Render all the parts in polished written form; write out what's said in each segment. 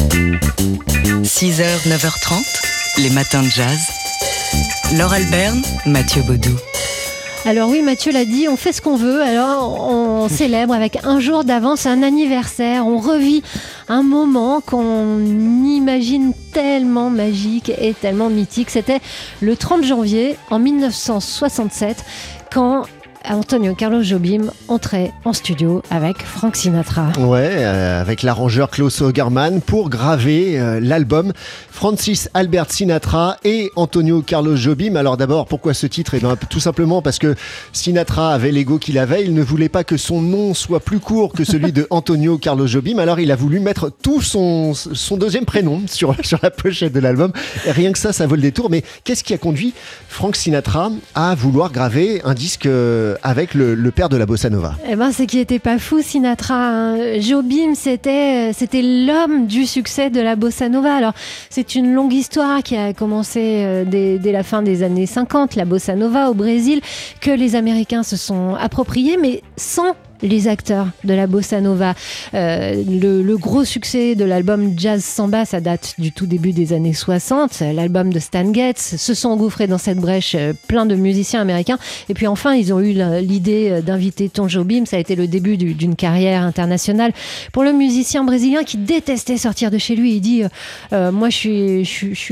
6h, 9h30, les matins de jazz. Laure Alberne, Mathieu Baudou. Alors oui, Mathieu l'a dit, on fait ce qu'on veut, alors on célèbre avec un jour d'avance un anniversaire, on revit un moment qu'on imagine tellement magique et tellement mythique. C'était le 30 janvier en 1967 quand Antonio Carlos Jobim entrait en studio avec Frank Sinatra. Ouais, avec l'arrangeur Klaus Ogerman pour graver l'album Francis Albert Sinatra et Antonio Carlos Jobim. Alors d'abord, pourquoi ce titre ? Tout simplement parce que Sinatra avait l'ego qu'il avait. Il ne voulait pas que son nom soit plus court que celui de Antonio Carlos Jobim. Alors il a voulu mettre tout son deuxième prénom sur la pochette de l'album. Et rien que ça vaut le détour. Mais qu'est-ce qui a conduit Frank Sinatra à vouloir graver un disque avec le père de la bossa nova? C'est qu'il n'était pas fou, Sinatra, hein. Jobim, c'était l'homme du succès de la bossa nova. Alors, c'est une longue histoire qui a commencé dès la fin des années 50, la bossa nova au Brésil, que les Américains se sont appropriés, mais sans les acteurs de la bossa nova. Le gros succès de l'album Jazz Samba, ça date du tout début des années 60. L'album de Stan Getz se sont engouffrés dans cette brèche plein de musiciens américains. Et puis enfin, ils ont eu l'idée d'inviter Tom Jobim. Ça a été le début d'une carrière internationale. Pour le musicien brésilien qui détestait sortir de chez lui, il dit moi je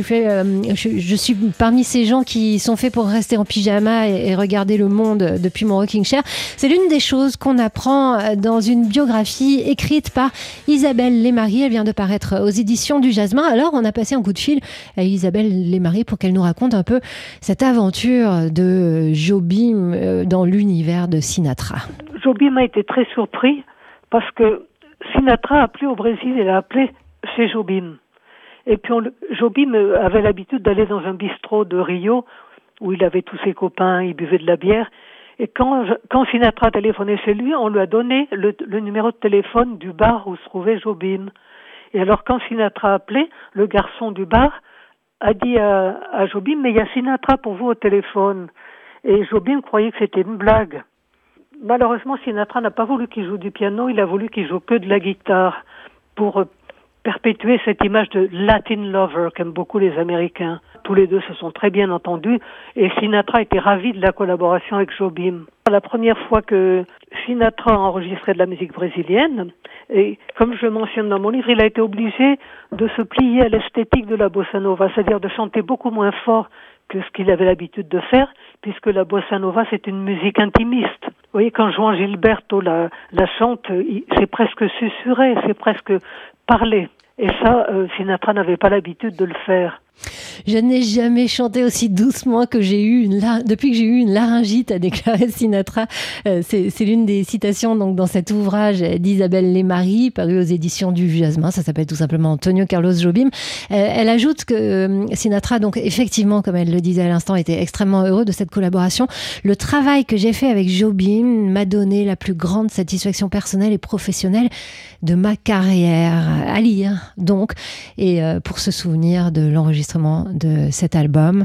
suis parmi ces gens qui sont faits pour rester en pyjama et regarder le monde depuis mon rocking chair. C'est l'une des choses qu'on apprend dans une biographie écrite par Isabelle Lemarie. Elle vient de paraître aux éditions du Jasmin. Alors, on a passé un coup de fil à Isabelle Lemarie pour qu'elle nous raconte un peu cette aventure de Jobim dans l'univers de Sinatra. Jobim a été très surpris parce que Sinatra a appelé au Brésil, il a appelé chez Jobim. Et puis Jobim avait l'habitude d'aller dans un bistrot de Rio où il avait tous ses copains, il buvait de la bière. Et quand Sinatra a téléphoné chez lui, on lui a donné le numéro de téléphone du bar où se trouvait Jobim. Et alors quand Sinatra a appelé, le garçon du bar a dit à Jobim, mais il y a Sinatra pour vous au téléphone. Et Jobim croyait que c'était une blague. Malheureusement, Sinatra n'a pas voulu qu'il joue du piano, il a voulu qu'il joue que de la guitare pour perpétuer cette image de Latin lover qu'aiment beaucoup les Américains. Tous les deux se sont très bien entendus et Sinatra était ravi de la collaboration avec Jobim. La première fois que Sinatra a enregistré de la musique brésilienne, et comme je le mentionne dans mon livre, il a été obligé de se plier à l'esthétique de la bossa nova, c'est-à-dire de chanter beaucoup moins fort que ce qu'il avait l'habitude de faire, puisque la bossa nova, c'est une musique intimiste. Vous voyez, quand Juan Gilberto la chante, c'est presque susurré, c'est presque parlé. Et ça, Sinatra n'avait pas l'habitude de le faire. Je n'ai jamais chanté aussi doucement que depuis que j'ai eu une laryngite, a déclaré Sinatra. C'est l'une des citations donc, dans cet ouvrage d'Isabelle Lemarie, paru aux éditions du Jasmin. Ça s'appelle tout simplement Antonio Carlos Jobim. Elle ajoute que Sinatra, donc effectivement, comme elle le disait à l'instant, était extrêmement heureux de cette collaboration. Le travail que j'ai fait avec Jobim m'a donné la plus grande satisfaction personnelle et professionnelle de ma carrière. À lire, donc, et pour se souvenir de l'enregistrement de cet album.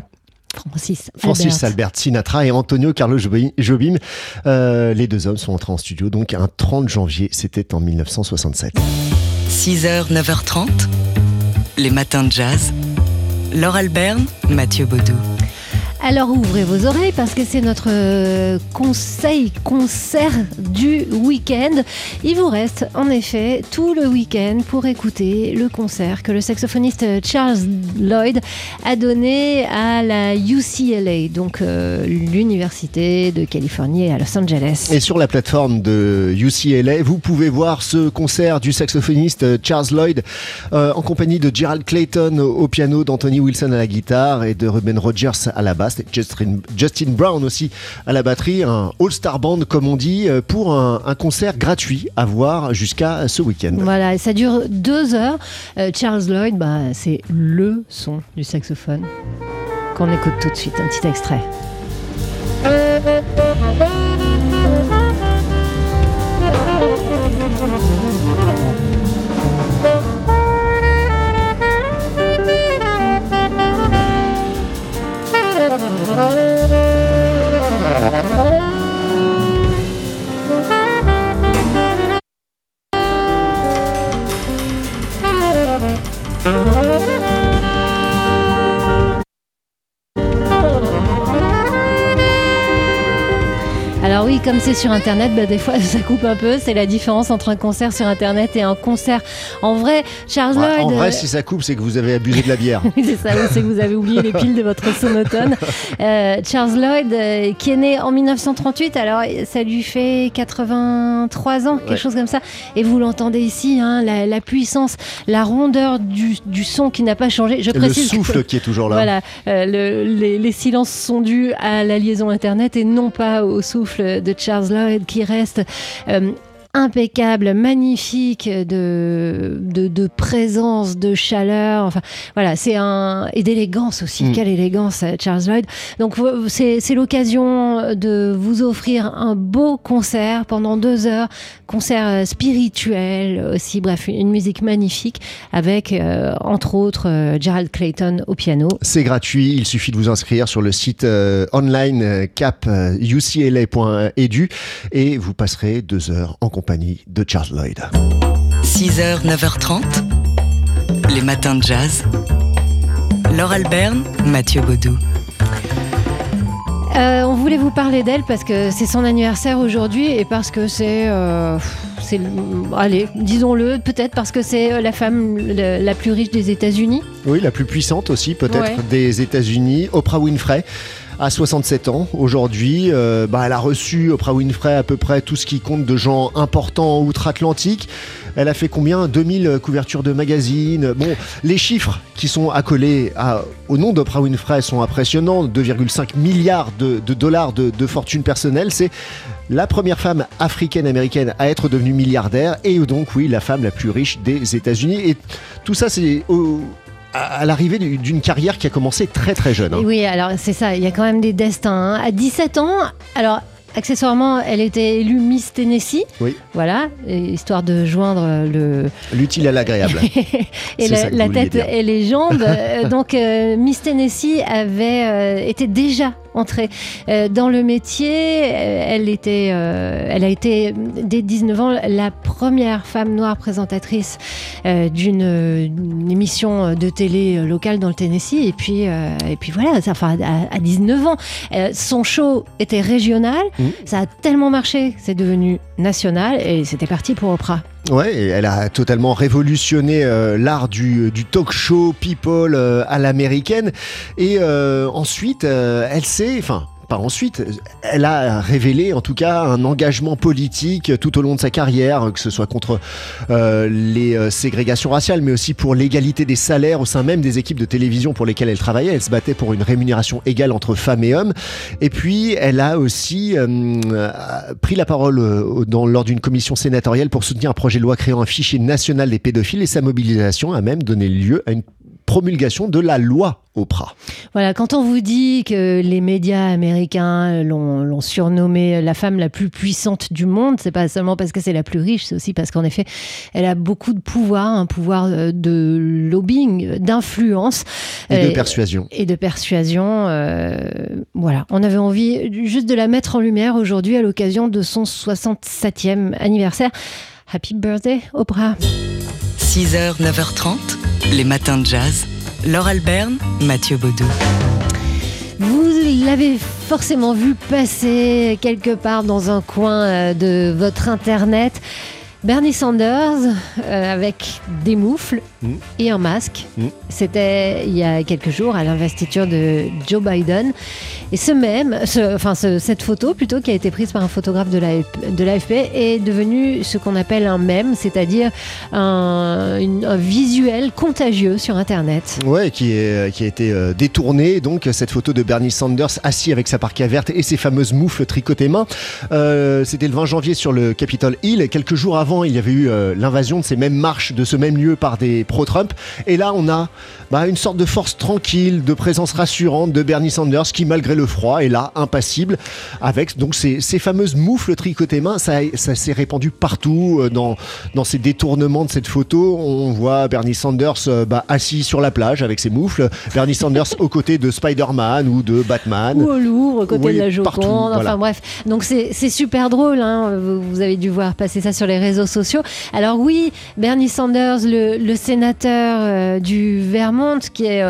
Francis Albert Sinatra et Antonio Carlos Jobim. Les deux hommes sont entrés en studio donc un 30 janvier, c'était en 1967. 6h, 9h30, les matins de jazz. Laure Alberne, Mathieu Baudou. Alors ouvrez vos oreilles parce que c'est notre concert du week-end. Il vous reste en effet tout le week-end pour écouter le concert que le saxophoniste Charles Lloyd a donné à la UCLA, donc l'université de Californie à Los Angeles. Et sur la plateforme de UCLA, vous pouvez voir ce concert du saxophoniste Charles Lloyd en compagnie de Gerald Clayton au piano, d'Anthony Wilson à la guitare et de Ruben Rogers à la basse. Justin Brown aussi à la batterie, un all-star band comme on dit, pour un concert gratuit à voir jusqu'à ce week-end. Voilà, et ça dure 2 heures. Charles Lloyd, c'est le son du saxophone qu'on écoute tout de suite, un petit extrait. Alors oui, comme c'est sur Internet, des fois ça coupe un peu. C'est la différence entre un concert sur Internet et un concert en vrai. Charles Lloyd... En vrai, si ça coupe, c'est que vous avez abusé de la bière. Oui, c'est ça, c'est que vous avez oublié les piles de votre sonotone. Charles Lloyd, qui est né en 1938, alors ça lui fait 83 ans, quelque chose comme ça. Et vous l'entendez ici, hein, la puissance, la rondeur du son qui n'a pas changé. Je précise le souffle qui est toujours là. Voilà, les silences sont dus à la liaison Internet et non pas au souffle de Charles Lloyd qui reste impeccable, magnifique de présence, de chaleur, enfin voilà, et d'élégance aussi. Quelle élégance, Charles Lloyd. Donc c'est l'occasion de vous offrir un beau concert pendant 2 heures, concert spirituel aussi, bref, une musique magnifique avec entre autres Gerald Clayton au piano. C'est gratuit, il suffit de vous inscrire sur le site online cap.ucla.edu et vous passerez 2 heures en compagnie de Charles Lloyd. 6h, 9h30, les matins de jazz. Laure Alberne, Mathieu Baudou. On voulait vous parler d'elle parce que c'est son anniversaire aujourd'hui et parce que allez, disons-le, peut-être parce que c'est la femme la plus riche des États-Unis. Oui, la plus puissante aussi, peut-être, des États-Unis, Oprah Winfrey. À 67 ans aujourd'hui, elle a reçu, Oprah Winfrey, à peu près tout ce qui compte de gens importants outre-Atlantique. Elle a fait combien ? 2000 couvertures de magazines. Bon, les chiffres qui sont accolés au nom d'Oprah Winfrey sont impressionnants. 2,5 milliards de dollars de fortune personnelle. C'est la première femme africaine-américaine à être devenue milliardaire et donc, oui, la femme la plus riche des États-Unis. Et tout ça, c'est à l'arrivée d'une carrière qui a commencé très très jeune. Hein. Oui, alors c'est ça, il y a quand même des destins. Hein. À 17 ans, alors accessoirement, elle était élue Miss Tennessee. Oui. Voilà, histoire de joindre l'utile à l'agréable. Et la tête et les jambes. Donc Miss Tennessee était déjà entrée dans le métier. Elle a été dès 19 ans la première femme noire présentatrice d'une émission de télé locale dans le Tennessee. Et puis voilà, à 19 ans, son show était régional. Ça a tellement marché, c'est devenu national et c'était parti pour Oprah. Ouais, et elle a totalement révolutionné l'art du talk show people à l'américaine. Et ensuite, elle a révélé en tout cas un engagement politique tout au long de sa carrière, que ce soit contre les ségrégations raciales, mais aussi pour l'égalité des salaires au sein même des équipes de télévision pour lesquelles elle travaillait. Elle se battait pour une rémunération égale entre femmes et hommes. Et puis, elle a aussi pris la parole lors d'une commission sénatoriale pour soutenir un projet de loi créant un fichier national des pédophiles, et sa mobilisation a même donné lieu à une promulgation de la loi Oprah. Voilà, quand on vous dit que les médias américains l'ont surnommée la femme la plus puissante du monde, c'est pas seulement parce que c'est la plus riche, c'est aussi parce qu'en effet, elle a beaucoup de pouvoir, un pouvoir de lobbying, d'influence. Et de persuasion. Voilà, on avait envie juste de la mettre en lumière aujourd'hui à l'occasion de son 67e anniversaire. Happy birthday, Oprah. 6h, 9h30, les matins de jazz. Laure Alberne, Mathieu Baudou. Vous l'avez forcément vu passer quelque part dans un coin de votre internet. Bernie Sanders avec des moufles et un masque. C'était il y a quelques jours à l'investiture de Joe Biden. Et cette photo plutôt qui a été prise par un photographe de l'AFP est devenue ce qu'on appelle un mème, c'est-à-dire un visuel contagieux sur Internet. Ouais, qui a été détourné. Donc cette photo de Bernie Sanders assis avec sa parka verte et ses fameuses moufles tricotées main. C'était le 20 janvier sur le Capitol Hill. Et quelques jours avant, il y avait eu l'invasion de ces mêmes marches, de ce même lieu par des pro-Trump. Et là, on a une sorte de force tranquille, de présence rassurante de Bernie Sanders qui, malgré le froid, est là, impassible, avec donc ces fameuses moufles tricotées main. Ça s'est répandu partout dans ces détournements de cette photo. On voit Bernie Sanders assis sur la plage avec ses moufles, Bernie Sanders aux côtés de Spider-Man ou de Batman. Ou au Louvre, aux côtés de la Joconde. Partout, voilà. Enfin bref, donc c'est super drôle. Hein. Vous avez dû voir passer ça sur les réseaux réseaux sociaux. Alors oui, Bernie Sanders, le sénateur du Vermont, qui est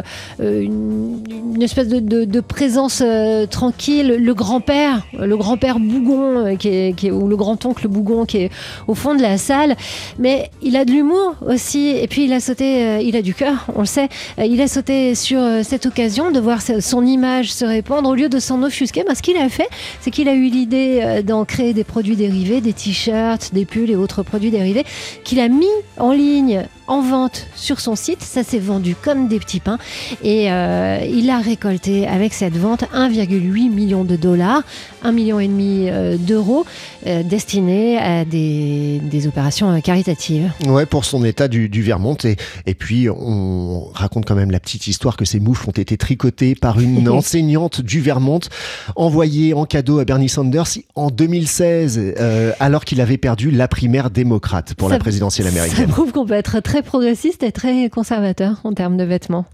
une espèce de présence tranquille, le grand-père Bougon, ou le grand-oncle Bougon, qui est au fond de la salle. Mais il a de l'humour aussi, et puis il a du cœur, on le sait. Il a sauté sur cette occasion de voir son image se répandre. Au lieu de s'en offusquer, ce qu'il a fait, c'est qu'il a eu l'idée d'en créer des produits dérivés, des t-shirts, des pulls et autres produits dérivés, qu'il a mis en ligne, en vente sur son site. Ça s'est vendu comme des petits pains, et il a récolté avec cette vente 1,8 million de dollars, 1,5 million d'euros destinés à des opérations caritatives. Ouais, pour son état du Vermont. Et puis, on raconte quand même la petite histoire que ces moufles ont été tricotées par une enseignante du Vermont, envoyée en cadeau à Bernie Sanders en 2016, alors qu'il avait perdu la primaire démocrate pour la présidentielle américaine. Ça prouve qu'on peut être très progressiste et très conservateur en termes de vêtements.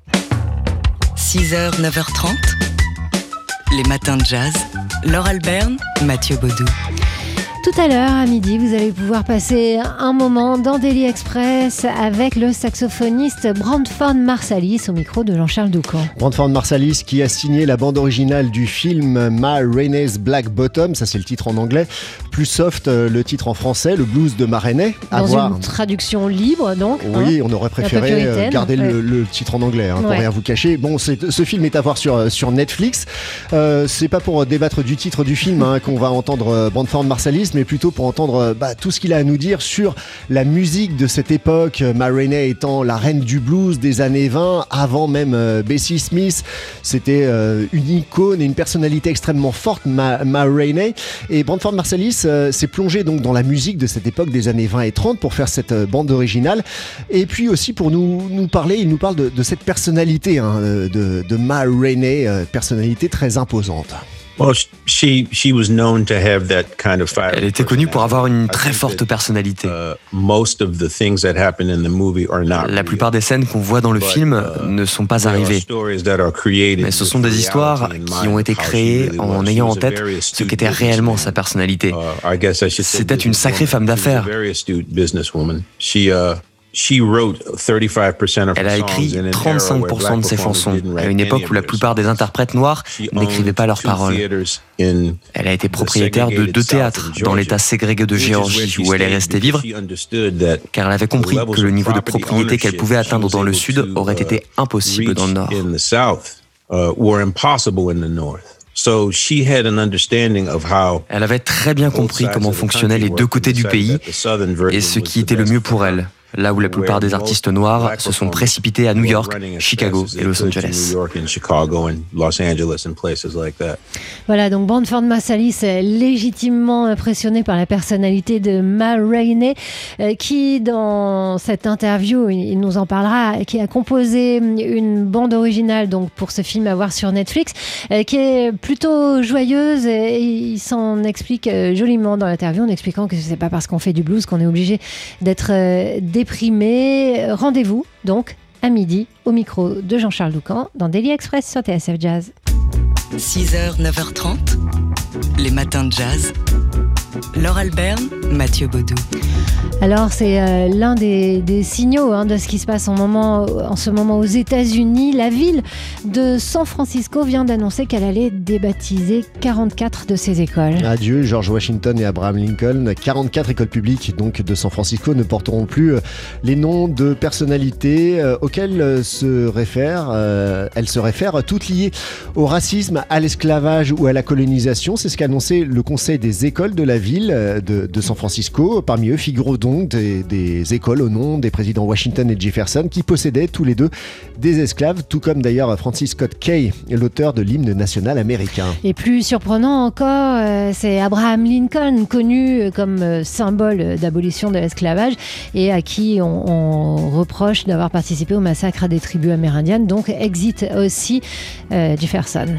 6h, 9h30, les matins de jazz. Laure Alberne, Mathieu Baudou. Tout à l'heure, à midi, vous allez pouvoir passer un moment dans Daily Express avec le saxophoniste Branford Marsalis au micro de Jean-Charles Doucan. Branford Marsalis qui a signé la bande originale du film Ma Rainey's Black Bottom, ça c'est le titre en anglais, plus soft le titre en français, le blues de Ma Rainey. Dans une traduction libre donc. Oui, on aurait préféré garder le titre en anglais, pour rien vous cacher. Bon, ce film est à voir sur Netflix. C'est pas pour débattre du titre du film qu'on va entendre Branford Marsalis, mais plutôt pour entendre tout ce qu'il a à nous dire sur la musique de cette époque. Ma Rainey étant la reine du blues des années 20, avant même Bessie Smith. C'était une icône et une personnalité extrêmement forte, Ma Rainey. Et Branford Marsalis s'est plongé donc dans la musique de cette époque des années 20 et 30 pour faire cette bande originale. Et puis aussi pour nous parler, il nous parle de cette personnalité de Ma Rainey, personnalité très imposante. Elle était connue pour avoir une très forte personnalité. La plupart des scènes qu'on voit dans le film ne sont pas arrivées. Mais ce sont des histoires qui ont été créées en ayant en tête ce qu'était réellement sa personnalité. C'était une sacrée femme d'affaires. Elle a écrit 35% de ses chansons, à une époque où la plupart des interprètes noirs n'écrivaient pas leurs paroles. Elle a été propriétaire de 2 théâtres dans l'état ségrégué de Géorgie où elle est restée vivre, car elle avait compris que le niveau de propriété qu'elle pouvait atteindre dans le sud aurait été impossible dans le nord. Elle avait très bien compris comment fonctionnaient les 2 côtés du pays et ce qui était le mieux pour elle. Là où la plupart des artistes noirs se sont précipités à New York, Chicago et Los Angeles. Voilà, donc Branford Marsalis est légitimement impressionné par la personnalité de Ma Rainey, qui, dans cette interview, il nous en parlera, qui a composé une bande originale donc, pour ce film à voir sur Netflix, qui est plutôt joyeuse, et il s'en explique joliment dans l'interview en expliquant que c'est pas parce qu'on fait du blues qu'on est obligé d'être déprimé. Rendez-vous donc à midi au micro de Jean-Charles Doucan dans Daily Express sur TSF Jazz. 6h, 9h30, les matins de jazz. Laure Alberne, Mathieu Baudou. Alors c'est l'un des signaux de ce qui se passe en ce moment aux États-Unis. La ville de San Francisco vient d'annoncer qu'elle allait débaptiser 44 de ses écoles. Adieu George Washington et Abraham Lincoln. 44 écoles publiques donc de San Francisco ne porteront plus les noms de personnalités auxquelles elles se réfèrent, toutes liées au racisme, à l'esclavage ou à la colonisation. C'est ce qu'a annoncé le conseil des écoles de la ville de San Francisco. Parmi eux figurent donc des écoles au nom des présidents Washington et Jefferson qui possédaient tous les deux des esclaves, tout comme d'ailleurs Francis Scott Key, l'auteur de l'hymne national américain. Et plus surprenant encore, c'est Abraham Lincoln, connu comme symbole d'abolition de l'esclavage et à qui on reproche d'avoir participé au massacre des tribus amérindiennes, donc exit aussi Jefferson.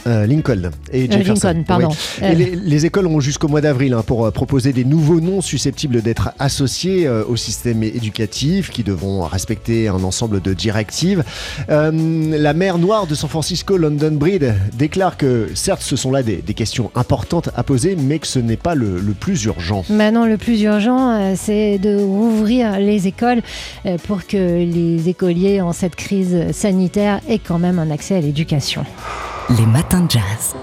Lincoln et Jefferson. Lincoln, pardon. Oui. Et les écoles ont jusqu'au mois d'avril pour proposer des nouveaux noms susceptibles d'être associés au système éducatif, qui devront respecter un ensemble de directives. La maire noire de San Francisco, London Breed, déclare que certes ce sont là des questions importantes à poser, mais que ce n'est pas le plus urgent. Non, le plus urgent, c'est de rouvrir les écoles pour que les écoliers en cette crise sanitaire aient quand même un accès à l'éducation. Les matins de jazz.